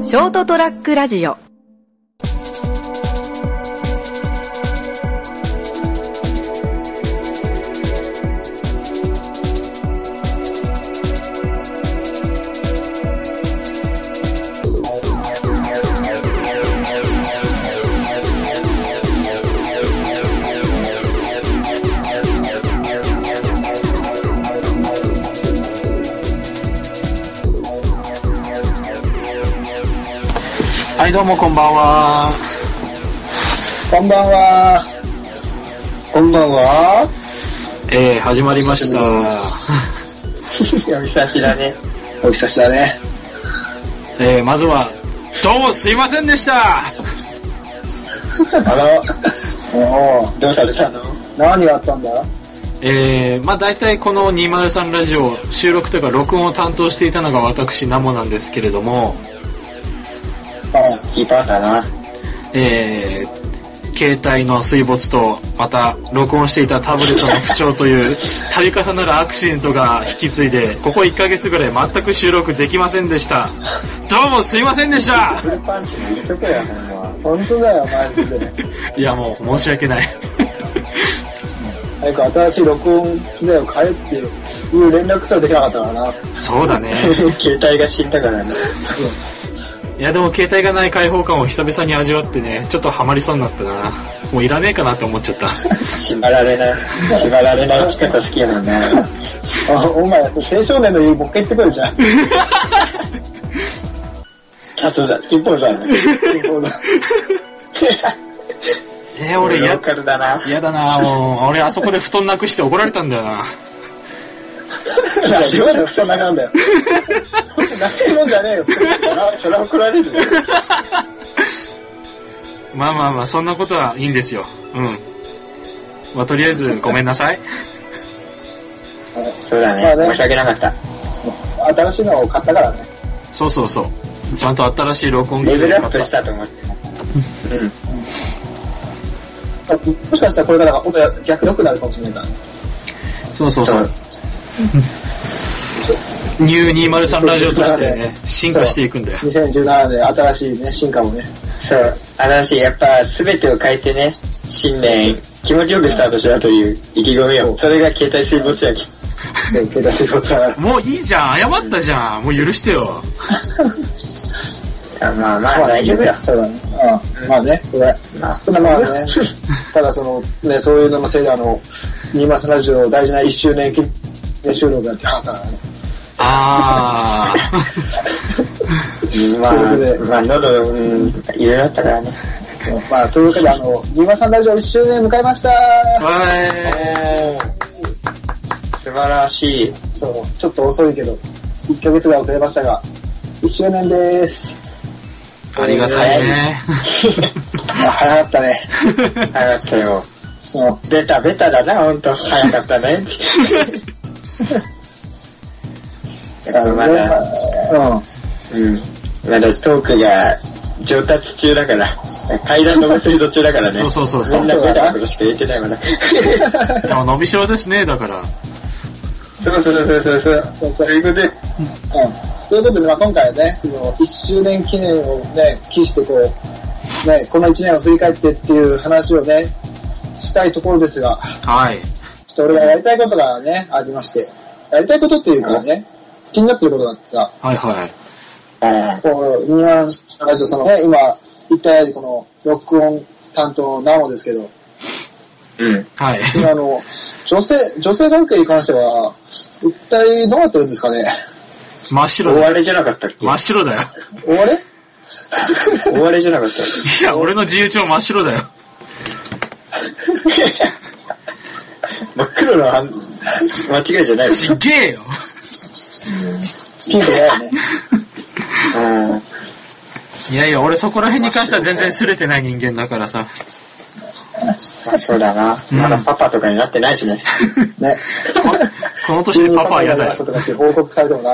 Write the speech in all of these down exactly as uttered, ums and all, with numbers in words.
ショートトラックラジオ。 はい、どうもこんばんは。 こんばんは。こんばんは。 えー、始まりました。 お久しだね。お久しだね。 えー、まずは、どうもすいませんでした。 あら、おー、どうされたの？何があったんだ？ えー、まあ大体このにまるさんラジオ、収録というか録音を担当していたのが私、ナモなんですけれども、 あ、キーパーだな。 えー、携帯の水没と、また録音していたタブレットの不調という度重なるアクシデントが引き継いで、ここいっかげつぐらい全く収録できませんでした。どうもすいませんでした。 フルパンチのいいとこやもん。本当だよ、マジで。 いやもう申し訳ない。 早く新しい録音機材を買えっていう連絡すらできなかったからな。 そうだね。 携帯が死んだからね。 いやでも携帯がない開放感を久々に味わってね、ちょっとハマりそうになったな。もういらねえかなって思っちゃった。 縛られない、縛られない生き方好きやもんね。あ、お前、青少年の家もう一回行ってくるじゃん。あとだ、金峰だね。金峰だ。 えー、俺嫌だな。 嫌だな、もう。俺あそこで布団なくして怒られたんだよな。 いや、両方で布団なくなんだよ。泣けるもんじゃねえよ。それは怒られるよ。 まあまあまあ、そんなことはいいんですよ。うん。まあとりあえずごめんなさい。 そうだね。まあね、申し訳なかった。新しいのを買ったからね。 そうそうそう。ちゃんと新しい録音機レベルアップしたと思って。うん。もしかしたらこれから音が逆良くなるかもしれないからね。 そうそうそう。ニューにまるさんラジオとしてね、進化していくんだよ。 にせんじゅうななねん新しいね、進化をね。そう、新しい、やっぱ全てを変えてね、新年気持ちよくスタートしようという意気込みを。それが携帯水没やけ。携帯水没だから。 もういいじゃん、謝ったじゃん。もう許してよ。 まあまあ大丈夫よ。そうだね。うん、まあね、これ。まあ、まあね。ただその、ね、そういうののせいであの、にまるさんラジオ大事ないっしゅうねん記念収録だってはったからね。 あー。まあ、まあ、喉、うん、いろいろあったからね。まあ、というわけで、あの、にまるさんラジオいっしゅうねん迎えましたー。 はい。 素晴らしい。そう、ちょっと遅いけど、いっかげつぐらい遅れましたが、いっしゅうねんでーす。 ありがたいね。 早かったね。早かったよ。ベタベタだな、ほんと。早かったね。まだ、うん。うん。まだトークが上達中だから、階段のスピード中だからね。 そうそうそうそう。 みんなベタなことしか言ってないまだ。 でも伸びしろですね、だから。 そうそうそうそうそう。そういうことで。うん。ということで、まあ今回はね、そのいっしゅうねん記念をね、期してこう、ね、このいちねんを振り返ってっていう話をね、したいところですが、 はい。 ちょっと俺がやりたいことがね、ありまして、やりたいことっていうかね、気になってることがあってさ、 はいはい。 こう、にまるさんラジオ、そのね、今言ったようにこの録音担当のナモですけど、 うん。はい。 あの、女性、女性関係に関しては、一体どうなってるんですかね。 真っ白だよ。 終わりじゃなかったっけ？ 真っ白だよ。 終わり終わりじゃなかった。 いや、俺の自由帳真っ白だよ。 真っ黒の間違いじゃないよ。 ちげえよ。 ピンクだよね。 いやいや、俺そこら辺に関しては全然すれてない人間だからさ。 そうだな。まだパパとかになってないしね。ね。 この年でパパは嫌だよ。 報告されてもな。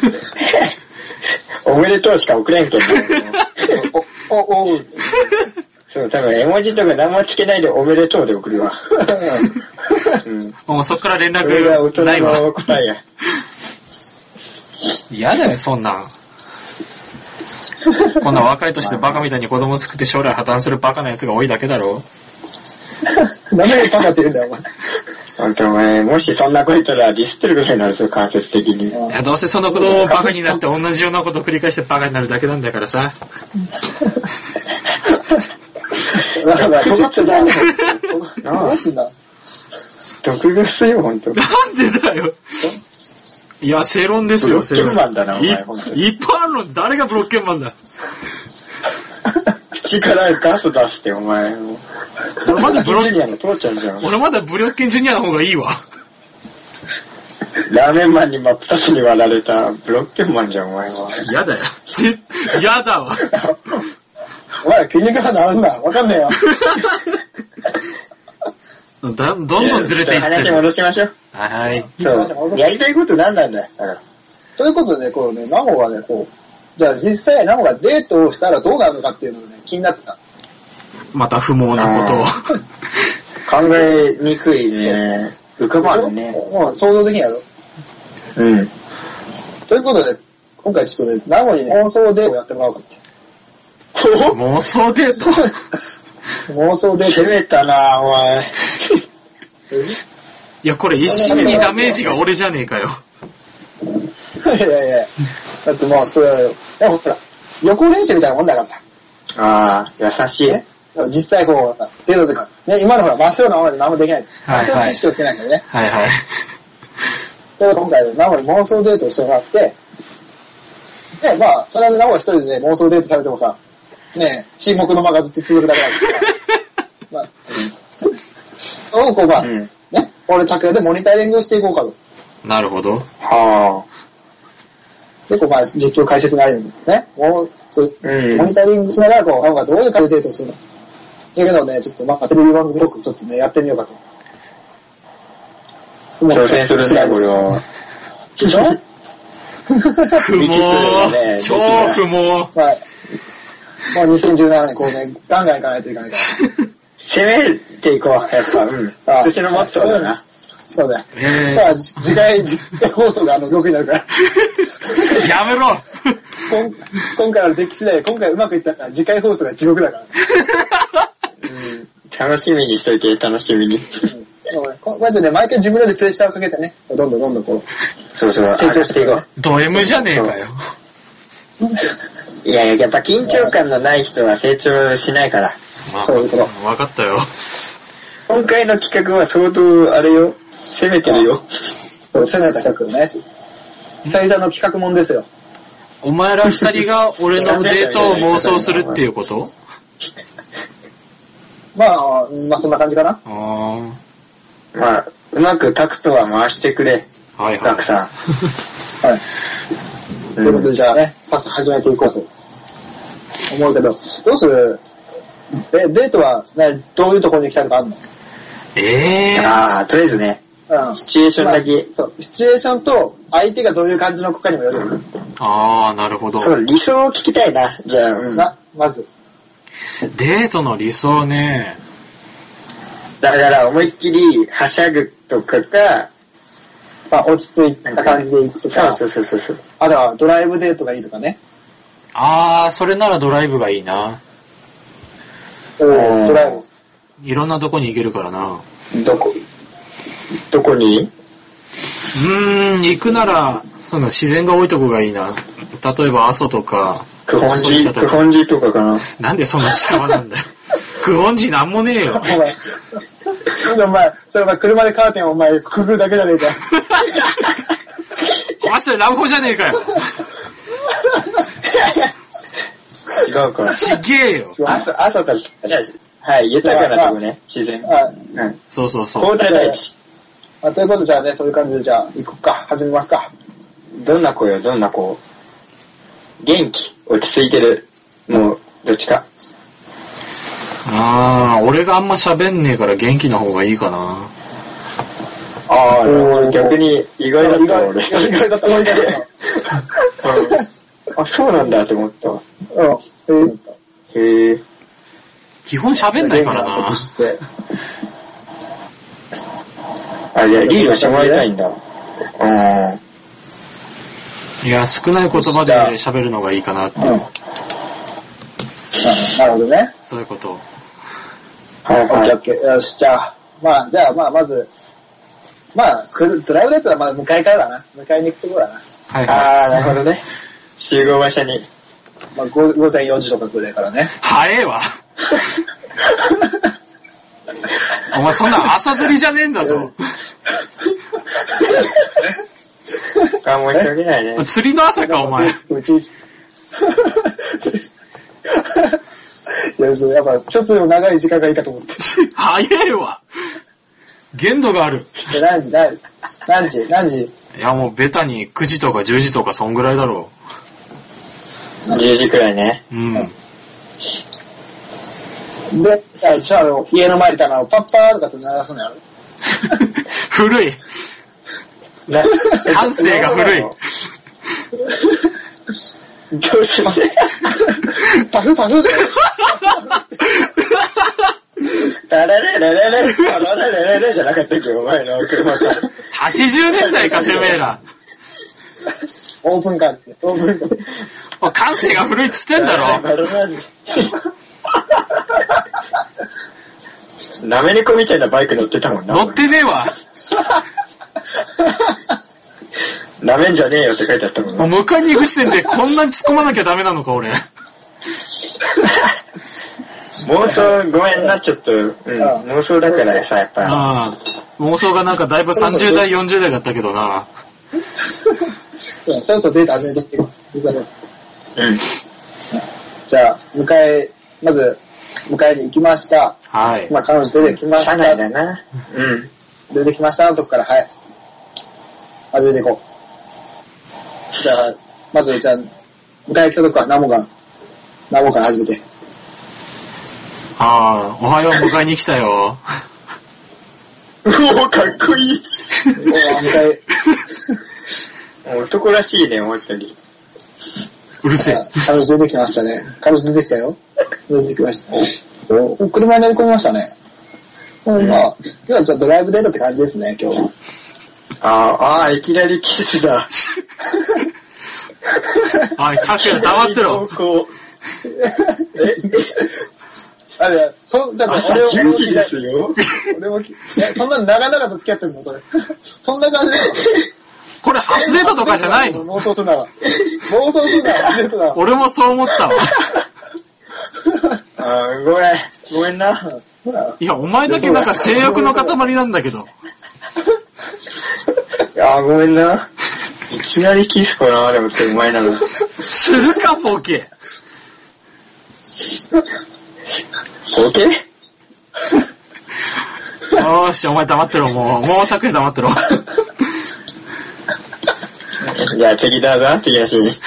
おめでとうしか送れんけど。お、お、おう。そう、多分絵文字とか何もつけないでおめでとうで送るわ。 うん、もうそっから連絡ないわ。答えや。 嫌だよ、そんなん。 こんな若い年でバカみたいに子供作って将来破綻するバカな奴が多いだけだろ。 何でバカって言うんだよ、お前。 ほんとお前、もしそんな子いたらディスってることになるぞ、間接的に。 いや、どうせその子供バカになって同じようなことを繰り返してバカになるだけなんだからさ。 だから、尖ってない。尖ってんだ。 毒がすよ、ほんと。 なんでだよ。いや、正論ですよ、 ブロッケンマンだな、お前、ほんと。 一般論、誰がブロッケンマンだ。 口からガス出して、お前。 俺まだブロッケンジュニアの父ちゃんじゃん。 俺まだブロッケンジュニアの方がいいわ。 ラーメンマンに真っ二つに割られたブロッケンマンじゃん、お前は。 やだよ。やだわ。 お前、筋肉が治んだ。わかんねえよ。 だどんどんずれていってる。 話戻しましょう。 はい。 そう。やりたいこと何なんだよ。 ということでね、こうね、ナモがね、こう、じゃあ実際ナモがデートをしたらどうなるのかっていうのがね、気になってた。 また不毛なことを。 考えにくいね。浮かばんね。 もう想像できないやろ。 うん。 ということで、今回ちょっとね、ナモにね、妄想デートをやってもらおうかって。 妄想デート妄想デート。 攻めたな、お前。 いや、これ一心にダメージが俺じゃねえかよ。 いやいやいや。だってもう、それ、いや、ほら、予行練習みたいなもんだからさ。 ああ、優しい。 ね、実際こう、デートとか、ね、今のほら、真っ白なままで何もできない。 はいはい。 知識をつけないからね。 はいはい。 で、今回、ナモに妄想デートをしてもらって、で、まあ、それはナモが一人でね、妄想デートされてもさ、ね、沈黙の間がずっと続くだけだから。まあ、そうこう、まあ、うん、ね、俺拓也でモニタリングしていこうかと。 なるほど。 はあ。 で、こう、まあ、実況解説があるんでね、もう、そう、うん、モニタリングしながら、こう、ナモがどういう感じでデートをするのか。いうのをね、ちょっと、まあ、テレビ番組っぽくちょっとね、やってみようかと。 挑戦するんだ、これは。 でしょ不毛、ね、超不毛。 はい。もうにせんじゅうななねんこうね、ガンガンいかないといかないから。 攻めていこう、やっぱ。うん。ああ、私のモットーだな。 そうだよ。えー、だから、次回、次回放送があの、ろくになるから。 やめろ今今回の出来次第、今回うまくいったら、次回放送が地獄だから。 うん、楽しみにしといて、楽しみに。 うん、こうやってね、毎回自分らでプレッシャーをかけてね、どんどんどんどんこう、そうそう、成長していこう。 ド M じゃねえかよ。 いやいや、やっぱ緊張感のない人は成長しないから。 まあ、そういうこと。分かったよ。 今回の企画は相当、あれよ、攻めてるよ。 そう、攻めた企画ね。久々の企画もんですよ。 お前ら二人が俺のデートを妄想するっていうことまあ、まあそんな感じかな。 あまあ、うまくタクトは回してくれ。 はいはい。 たくさん。 はい。ということで、じゃあね、早速始めていこうと思うけど、どうするえ、デートは、ね、どういうところに行きたいとかあるの？ ええー。 ああ、とりあえずね、うん、シチュエーションだけ、まあ、 そう、シチュエーションと相手がどういう感じの子かにもよる。 ああ、なるほど。 そう、理想を聞きたいな、じゃあ、うん。 な、まず。 デートの理想ね。 だから思いっきりはしゃぐとかか、 まあ、落ち着いた感じで行くとか。 そうそうそうそう。 あとはドライブデートがいいとかね。 ああ、それならドライブがいいな。 おー、ドライブ。 いろんなとこに行けるからな。 どこどこに？ うーん、行くなら、その自然が多いとこがいいな。例えば阿蘇とか。 九本寺、九本寺とかかな。 なんでそんな近場なんだよ。九本寺なんもねえよ。 お前、それお前、それお前車でカーテンをお前くぐるだけじゃねえか。 お前それ乱暴じゃねえかよ。 違うか。 ちげえよ。 朝、朝だった。じゃあ、はい、豊かなとこね、自然。 あ、 うん。 そうそうそう。 高台大地。 あ、ということでじゃあね、そういう感じでじゃあ、行こっか。始めますか。 どんな子よ、どんな子？元気、落ち着いてる。もう、どっちか。 ああ、俺があんま喋んねえから元気な方がいいかな。 ああ、逆に意外だったわ、俺。 意外だった、意外だった。 あ、そうなんだって思ったわ。 うん。 へえ。 基本喋んないからな。 あ、じゃあリードしてもらいたいんだ。うん。 いや、少ない言葉で喋るのがいいかなって。 うん。 なるほどね。 そういうこと。 はいはい。 オッケーオッケー。よし、じゃあ、まあ、じゃあまあ、まず、まあ、来るドライブだったらまあ、迎えからだな。迎えに行くところだな。 はいはい。 あー、なるほどね。集合場所に。 まあ、午前よじとかくらいからね。 早えわ。お前そんな朝釣りじゃねえんだぞ。 あ、申し訳ないね。 釣りの朝か、お前。 うち、いや、そうやっぱ、ちょっとでも長い時間がいいかと思って。 早えわ。限度がある。 で何時、何時、何時、何時。 いや、もうベタにくじとかじゅうじとかそんぐらいだろじゅうじくらいね。 う。うん。 で、じゃあ、家の前にいたのをパッパーとかって鳴らすのやろ。 古い。 な、 感性が古い。 どうしてパフパフタラレレレレ、タラレレレレじゃなかったっけ、お前の車か。 はちじゅうねんだいか、てめえら。 オープンカーって、オープンカー。 おい感性が古いっつってんだろ。 なめ猫みたいなバイク乗ってたもんな。 乗ってねえわ。 なめんじゃねえよって書いてあったもんな。 もう迎えに行く時点でこんなに突っ込まなきゃダメなのか、俺。 妄想ごめんな、ちょっと、うん、妄想だからさ、やっぱ。 ああ、妄想がなんかだいぶさんじゅうだい、よんじゅうだいだったけどな。 そろそろデータ始めてきてます。うん。じゃあ、迎え、まず、迎えに行きました。 はい。 まあ、彼女出てきました。 車内だな。うん。 出てきましたのとこから、はい。始めていこう。じゃあ、まず、じゃあ、迎え来たとこから、ナモが、ナモから始めて。 ああ、おはよう迎えに来たよ。 うお、かっこいい。 お迎え。 男らしいね、思ったより。 うるせえ。 彼女出てきましたね。彼女出てきたよ。出てきました。お、車に乗り込みましたね。まあ、今日はちょっとドライブデートって感じですね、今日は。 あー、あー、いきなりキスだ。 おい、タクヤ黙ってろ。 えあれ、そ、じゃあ、 俺をじゅうじですよ。 俺も、え、そんな長々と付き合ってるのそれ。そんな感じで。 これ初デートとかじゃないの？ 妄想するなら。妄想するなら、デートだ。 俺もそう思ったわ。 あー、ごめん。ごめんな。 いや、お前だけなんか性欲の塊なんだけど。 あー、ごめんな。いきなりキスかな、でもってお前なの。 するか、ボケ。 ボケ？ よーし、お前黙ってろ、もう。もうタクヤ黙ってろ。 じゃあ次だぞ、次のシーン。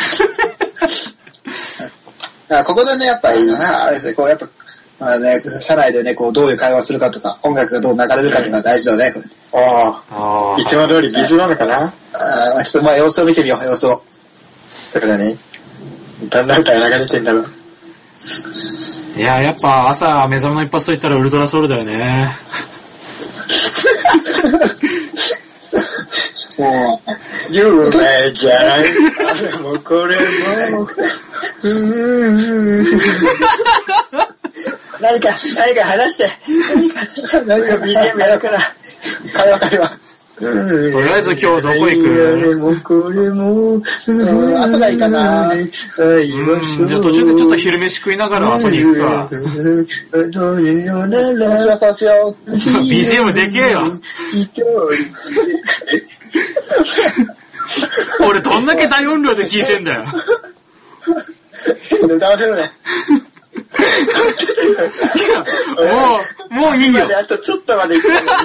あ、ここでね、やっぱいいな、あれですね、こう、やっぱ、まあね、車内でね、こう、どういう会話するかとか、音楽がどう流れるかとか大事だね、これ。 ああ、いつも通り水なのかな？ ああ、ちょっとまあ様子を見てみよう、様子を。 だからね、だんだん歌流れてんだろう。 いや、やっぱ朝目覚めの一発と言ったらウルトラソウルだよね。 もう、 夢じゃない。あれもこれも。何か、何か話して。何か ビージーエム やるから。 会話会話。 とりあえず今日どこ行く？ あれもこれも。 朝がいいかな。 うん、じゃあ途中でちょっと昼飯食いながら朝に行くか。 そうしよう。 ビージーエム でけえよ。俺どんだけ大音量で聞いてんだよ。 歌わせるね。 もう、もういいよ。 あとちょっとまで行くのに。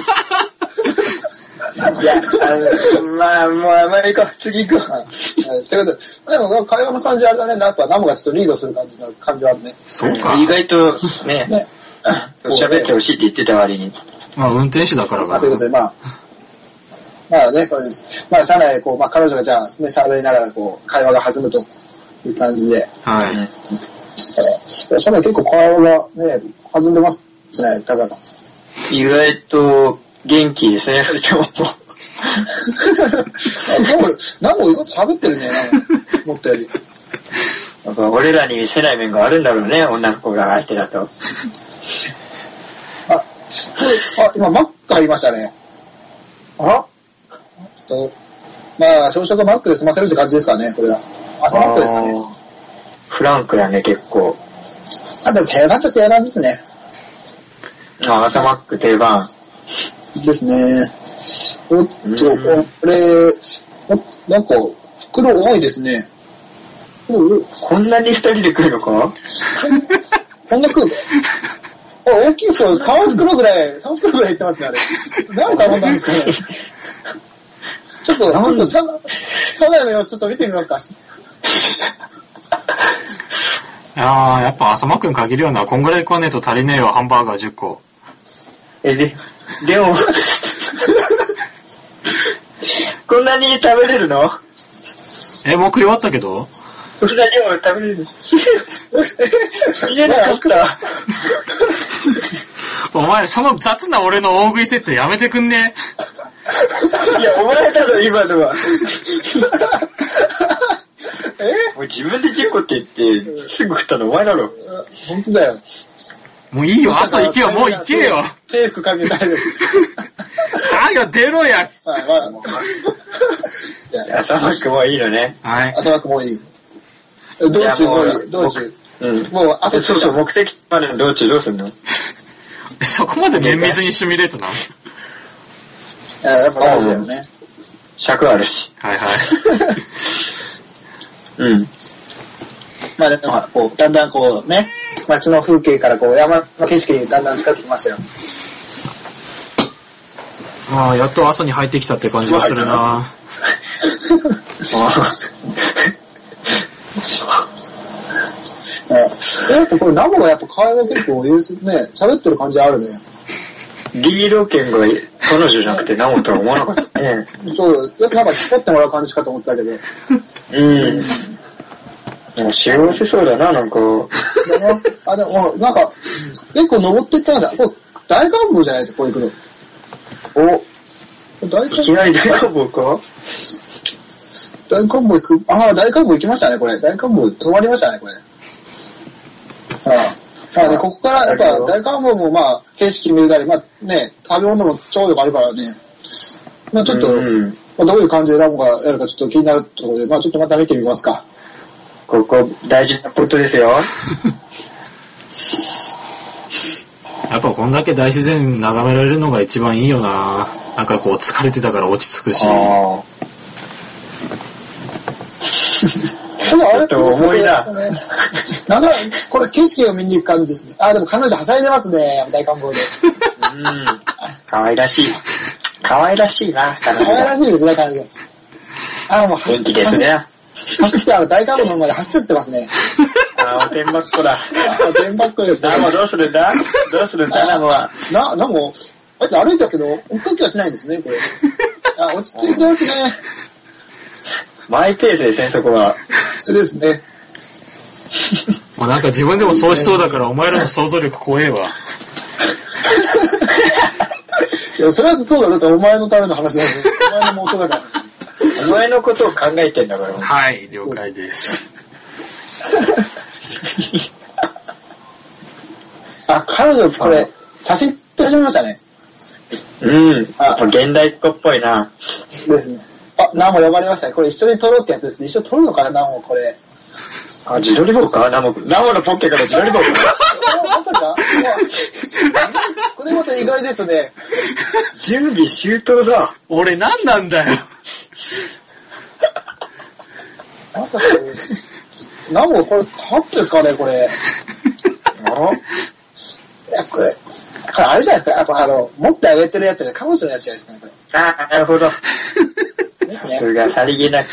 いや、あの、まあ、もうあまり行こう。次行こう。 ということで、でも会話の感じあれだね。やっぱナムがちょっとリードする感じの感じはあるね。 そうか。 意外とね、 ね。 喋ってほしいって言ってた割に。 まあ運転手だからまあ、 かということで、まあ、まあね、これまあ、車内でこう、まあ彼女がじゃあ、ね、喋りながらこう、会話が弾むという感じで。 はい。 えー、車内結構会話がね、弾んでますね、高々。 意外と元気ですね、それとも。 あ、でも、なんか意外と喋ってるね、なんか、思ったより。 やっぱ俺らに見せない面があるんだろうね、女の子が相手だと。 あ、あ、今マックありましたね。 あと、まあ、朝食はマックで済ませるって感じですかね、これは。あ、マックですかね。 フランクだね、結構。 あ、でも定番と定番ですね。 あ、朝マック定番。 ですね。おっと、これ、お、なんか、袋多いですね。 こんなに二人で食うのかこんな食うのあ、大きい人さん袋ぐらい、さん袋ぐらいいってますね、あれ。何頼んだんですかね。ちょっと、ちょっと、車内の様子ちょっと見てみますか。 いやー、やっぱ朝マックに限るような、こんぐらい食わねえと足りねえよ、ハンバーガーじゅっこ。 え、で、でも、こんなに食べれるの？ え、もう食い終わったけどそんなにも食べれるの見えなかった。 お前、その雑な俺の大食い設定やめてくんね。 いや、お前だろ、今のは。 えもう自分でじゅっこって言って、すぐ食ったのお前だろ。 本当だよ。 もういいよ、朝行けよ、もう行けよ。 制服かけたいです。 あよ、出ろや。 はい、まあ、 朝マックもういいのね。 はい。 朝マックもういい。道中もういい。道中。 うん。 もう、あとそうそう、目的までの道中どうすんの？ そこまで綿密にシミュレートな。 いや、やっぱ大事だよね。 尺あるし。 はいはい。 うん。 まあでも、こう、だんだんこうね、街の風景からこう、山の景色にだんだん近づいてきましたよ。 ああ、やっと朝に入ってきたって感じがするな。 やっぱこれ、ナモがやっぱ会話結構、ね、喋ってる感じあるね。 リード権が彼女じゃなくてナモとは思わなかったね。 そう、やっぱなんか引っ張ってもらう感じかと思ってたけど。 うん。でも幸せそうだな、なんか。 あ、でも、なんか、結構登っていってました。これ、大観峰じゃないですか、こう行くの。お大いきなり大観峰か？ 大観峰行く、ああ、大観峰行きましたね、これ。大観峰止まりましたね、これ。ああ。まあね、ここからやっぱ大観峰もまあ、景色見れたり、まあね、食べ物もちょうどあるからね。まあちょっと、うんまあ、どういう感じでラモがやるかちょっと気になるところで、まあちょっとまた見てみますか。 ここ、大事なポイントですよ。 やっぱこんだけ大自然眺められるのが一番いいよな。なんかこう疲れてたから落ち着くし。ああれって重いな。なんか、これ景色を見に行く感じですね。あ、でも彼女はしゃいでますね、大観峰で。 うん。可愛らしい。可愛らしいな、 可愛らしいですね、彼女。あ、もう、 元気ですね。 走って、あの、大観峰のまで走っちゃってますね。 あ、おてんばっこだ。 おてんばっこですね。 ナモどうするんだどうするんだ、ナモは。 な、ナモ、あいつ歩いたけど、追っかけはしないんですね、これ。あ、落ち着いてますね。 マイペースですね、そこは。 ですね。 もうなんか自分でもそうしそうだから、お前らの想像力怖えわ。 いや、それはそうだ、だってお前のための話だよ。お前の妄想だから。 お前のことを考えてんだから。 はい、了解です。 あ、彼女、これ、写真撮り始めましたね。 うん。あ、現代っ子っぽいな。 ですね。あ、ナモ呼ばれましたね。これ一緒に撮ろうってやつですね。一緒に撮るのかな、ナモ、これ。 あ、自撮り棒かナモ、ナモのポッケから自撮り棒か本当かこれまた意外ですね。 準備周到だ。 俺何なんだよ。 まさか、ナモ、これ、カップですかね、これ。あいや、これ、これあれじゃないですか。やっぱあの、持ってあげてるやつが彼女のやつじゃないですかね、これ。 ああ、なるほど。さすが、さりげなく。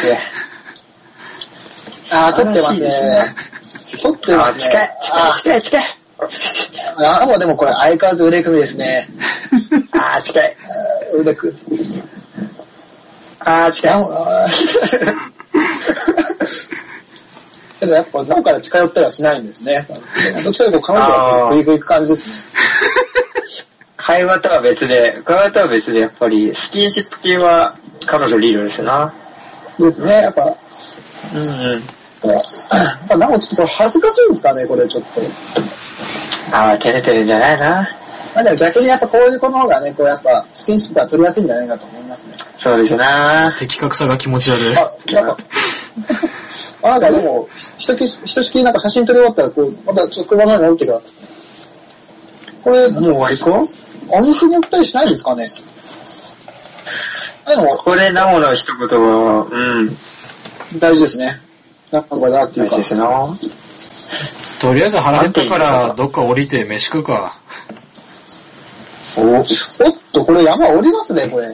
ああ、撮ってますね。撮ってますね。 近い、近い、近い、近い。 ああ、もうでもこれ相変わらず腕組みですね。 ああ、近い。 腕組み。 ああ、近い。 けどやっぱ、なんか近寄ったりはしないんですね。どっちかというと彼女はグイグイ行く感じですね。 会話とは別で、会話とは別でやっぱり、スキンシップ系は彼女リードですよな。 ですね、やっぱ。 うんうん。 なんかちょっとこれ恥ずかしいんですかね、これちょっと。 ああ、照れてるんじゃないな。 まあでも逆にやっぱこういう子の方がね、こうやっぱスキンシップが取りやすいんじゃないかと思いますね。 そうですな。 的確さが気持ち悪い。 あ、なんか、あ、なんかでも、ひとしきりなんか写真撮り終わったら、こう、またちょっと車の方に降りてから。これ、 もう終わりか？ お店に寄ったりしないんですかね？でも、 これ、ナモの一言は、うん。 大事ですね。なんかだっていうか。 大事ですな。 とりあえず腹減ったからどっか降りて飯食うか。 お、おっと、これ山降りますね、これ。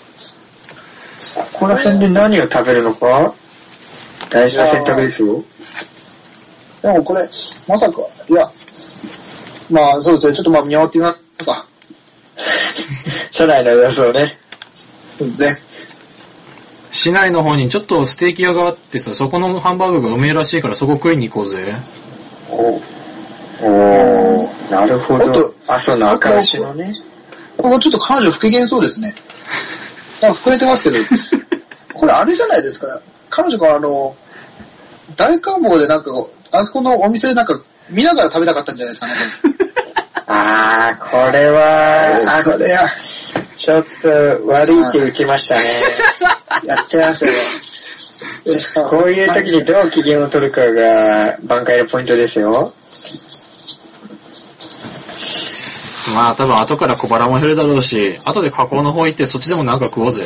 この辺で何を食べるのか大事な選択ですよ。 でもこれ、まさか、いや、まあそうですね、ちょっとまあ見終わってみますか。 車内の様子をね。 そうですね。 市内の方にちょっとステーキ屋があってさ、そこのハンバーグがうめえらしいからそこ食いに行こうぜ。 おおー、なるほど。阿蘇の赤牛のね。 ここちょっと彼女不機嫌そうですね。あ、膨れてますけど。これあれじゃないですか。彼女があの、大観望でなんか、あそこのお店でなんか見ながら食べたかったんじゃないですかね。 あー、これは、あ、 これや。 ちょっと悪い手打ちましたね。 やっちゃいますよ。 こういう時にどう機嫌を取るかが挽回のポイントですよ。 まあ多分後から小腹も減るだろうし、後で河口の方行ってそっちでもなんか食おうぜ。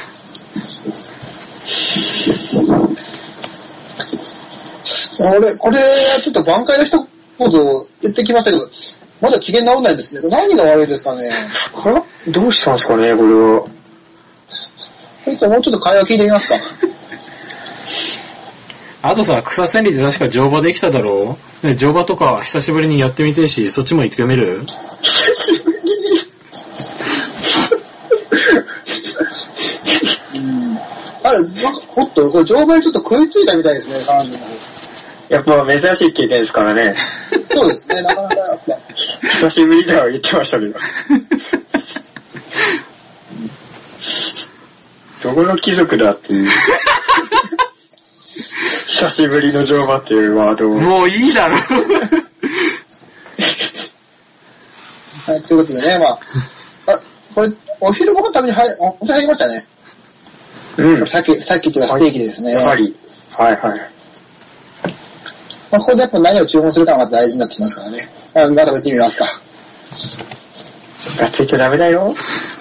俺、これ、ちょっと挽回の一言言ってきましたけど、まだ機嫌治んないですね。何が悪いですかね。 あどうしたんですかね、これは。 こいつはもうちょっと会話聞いてみますか。 あとさ、草千里って確か乗馬できただろうね、乗馬とか久しぶりにやってみてえし、そっちも行ってみる？ 久しぶりにうん。あれ、なんか、おっと、これ乗馬にちょっと食いついたみたいですね、彼女の。 やっぱ珍しい経験ですからね。 そうですね、なかなかやっぱ。 久しぶりだは言ってましたけど。どこの貴族だっていう。久しぶりの乗馬っていうワードを。 もういいだろ。 はい、ということでね、まあ、あ、これ、お昼ご飯食べに入、お店入りましたね。 うん。 さっき、さっき言ってたステーキですね。 やはり。はいはい。 まあ、ここでやっぱ何を注文するかが大事になってきますからね。あ、また食べてみますか。 がっついちゃダメだよ。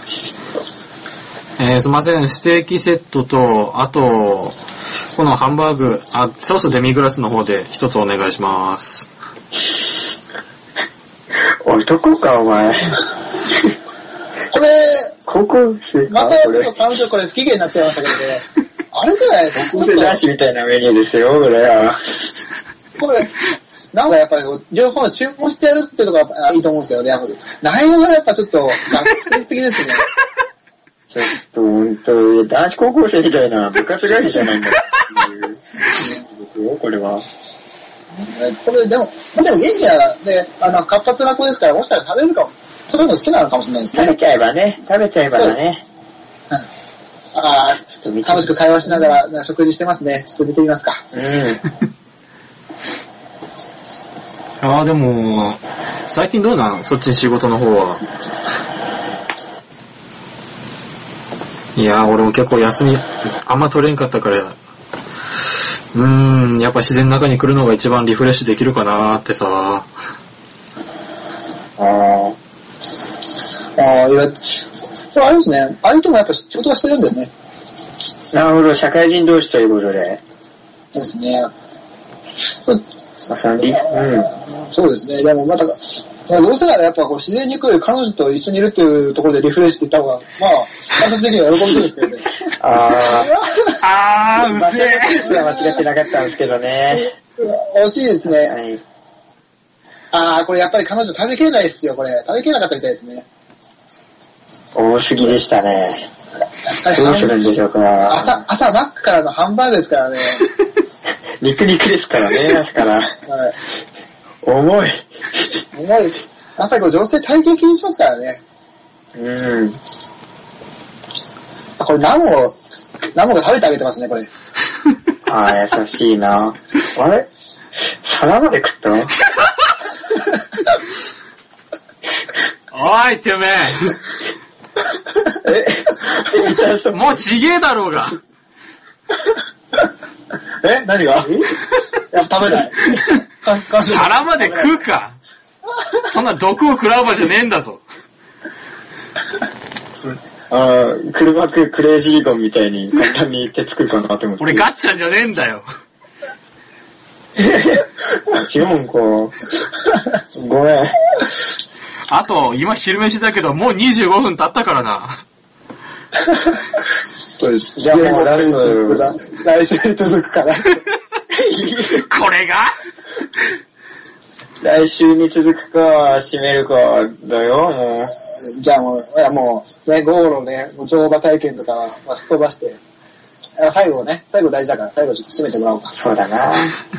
えー、すいません、ステーキセットと、あと、このハンバーグ、あ、ソースデミグラスの方で一つお願いします。 男か、お前。 これ、 高校生か、 またちょっこれ。 と彼女これ不機嫌になっちゃいましたけどね。あれじゃないですか。 高校生男子みたいなメニューですよ、これは。 これ、なんかやっぱり両方注文してやるっていうのがいいと思うんですけどね。内容がやっぱちょっと学生的ですね。 ちょっと、ほんと、男子高校生みたいな部活帰りじゃないんだっていう。これは。 これでも、でも元気な、で、あの、活発な子ですから、もしかしたら食べるかも。そういうの好きなのかもしれないですね。 食べちゃえばね、食べちゃえばだね。 ああ、楽しく会話しながら食事してますね。ちょっと見てみますか。 うん。 ああ、でも、最近どうなん？そっちに仕事の方は。いやー、俺も結構休み、あんま取れんかったから、うーん、やっぱ自然の中に来るのが一番リフレッシュできるかなーってさ。 ああ。 ああ、いや、そうあれですね。相手もやっぱ仕事がしてるんですね。 なるほど、社会人同士ということで。 そうですね。 まさに。うん。 そうですね。でもまた、まあ、どうせならやっぱこう自然に来る彼女と一緒にいるっていうところでリフレッシュって言った方が、まあ、感覚的には喜びそうですけどね。 ああー、うあ。 ぜ間違は間違ってなかったんですけどね。 惜しいですね。 はい。 ああ、これやっぱり彼女食べきれないですよ、これ。食べきれなかったみたいですね。 多すぎでしたね。どうするんでしょうか。 朝、朝マックからのハンバーグですからね。 肉肉ですからね、朝から。 はい。 重い。 重い。やっぱりこう女性体型気にしますからね。 うん。 これナモ、ナモが食べてあげてますね、これ。 ああ、優しいな。あれ皿まで食ったおい、てめえ。もうちげえだろうが。 え何がいや、食べない皿まで食うか。そんな毒を食らう場じゃねえんだぞ。 ああ、車食うクレイジーゴンみたいに簡単に手つくかなって思って。 俺ガッチャンじゃねえんだよ。 あ、違うんか。ごめん。 あと、今昼飯だけど、もうにじゅうごふん経ったからな。 そうです。 じゃあもうラスト。 来週に続くかな。 これが来週に続くか、締めるか、だよ、もう。 じゃあもう、いやもう、ね、ゴールね、もう乗馬体験とかは、まあ、すっ飛ばして、最後ね、最後大事だから、最後ちょっと締めてもらおうか。 そうだな。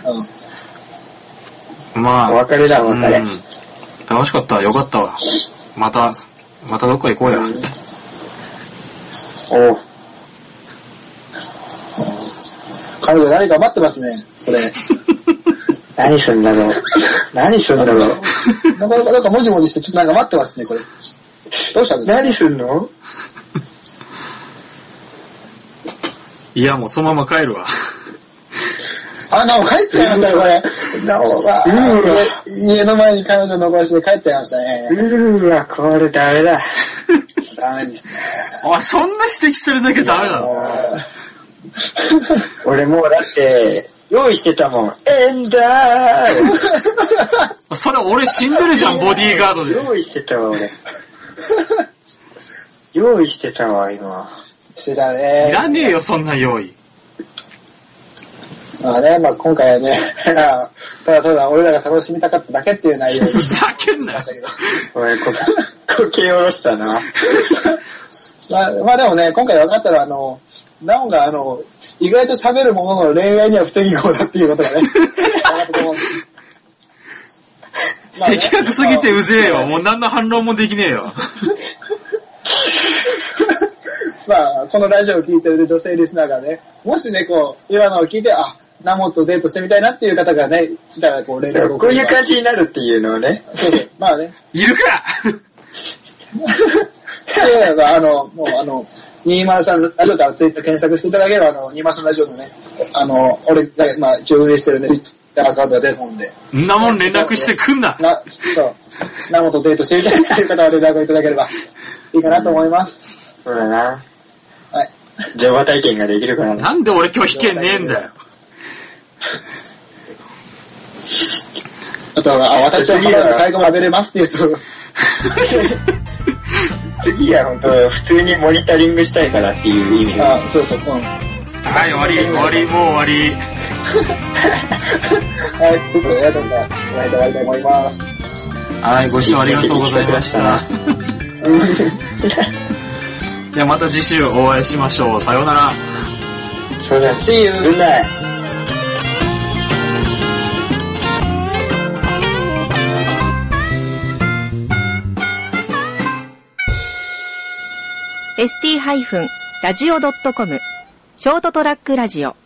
うん。まあ。 お別れだ、お別れ。うん、 楽しかった、よかったわ。また、またどっか行こうや。うん、 おう。 彼女何か待ってますね、これ。 何すんだろう。何すんだろう。 なかなかなんかもじもじしてちょっとなんか待ってますね、これ。どうしたんですか？ 何すんの？ いや、もうそのまま帰るわ。 あ、なお帰っちゃいましたよ、これ。なおが、家の前に彼女残して帰っちゃいましたね。 うーわ、これダメだ。 ダメですね。 あ、そんな指摘されなきゃダメなの？ 俺もうだって、用意してたもん。エンダーそれ俺死んでるじゃん、ボディーガードで。 用意してたわ、俺。用意してたわ、今。 してたね。 いらねえよ、そんな用意。 まあね、まあ今回はね、ただただ俺らが楽しみたかっただけっていう内容ふざけんなよ。 俺、こ、こけ下ろしたな。 まあ、まあでもね、今回分かったら、あの、ナオがあの、意外と喋るものの恋愛には不適合だっていうことがね、 まあね、的確すぎてうぜえよ。もう何の反論もできねえよ。 まあ、このラジオを聞いてる女性リスナーがね、もしね、こう、今のを聞いて、あ、ナモとデートしてみたいなっていう方がね、いたらこう、連絡を。 こういう感じになるっていうのをね。 そうそう。まあね。 いるかいやいや、あの、もうあの、にーまるさんラジオからツイッター検索していただければ、あの、にーまるさんラジオのね、あの、俺が、まあ、一応運営してるね、ツイッターアカウントが出るもんで。 んなもん連絡してくんな。 な、そう。ナモとデートしてみたいっていう方は連絡をいただければいいかなと思います。 そうだな。 はい。 乗馬体験ができるからな。 なんで俺拒否権ねえんだよ。 あと、あ、私はまだ最後まで出れますっていうと。 次は本当普通にモニタリングしたいからっていう意味で。 あ、そうそう、うん。 はい、終わり、終わり、もう終わり。 はい、ということで、どんどん終わりたいと思います。 はい、ご視聴ありがとうございました。ではまた次週お会いしましょう。さようなら。 そうだ。See you. Good night. エスティー ラジオ ドットコム ショートトラックラジオ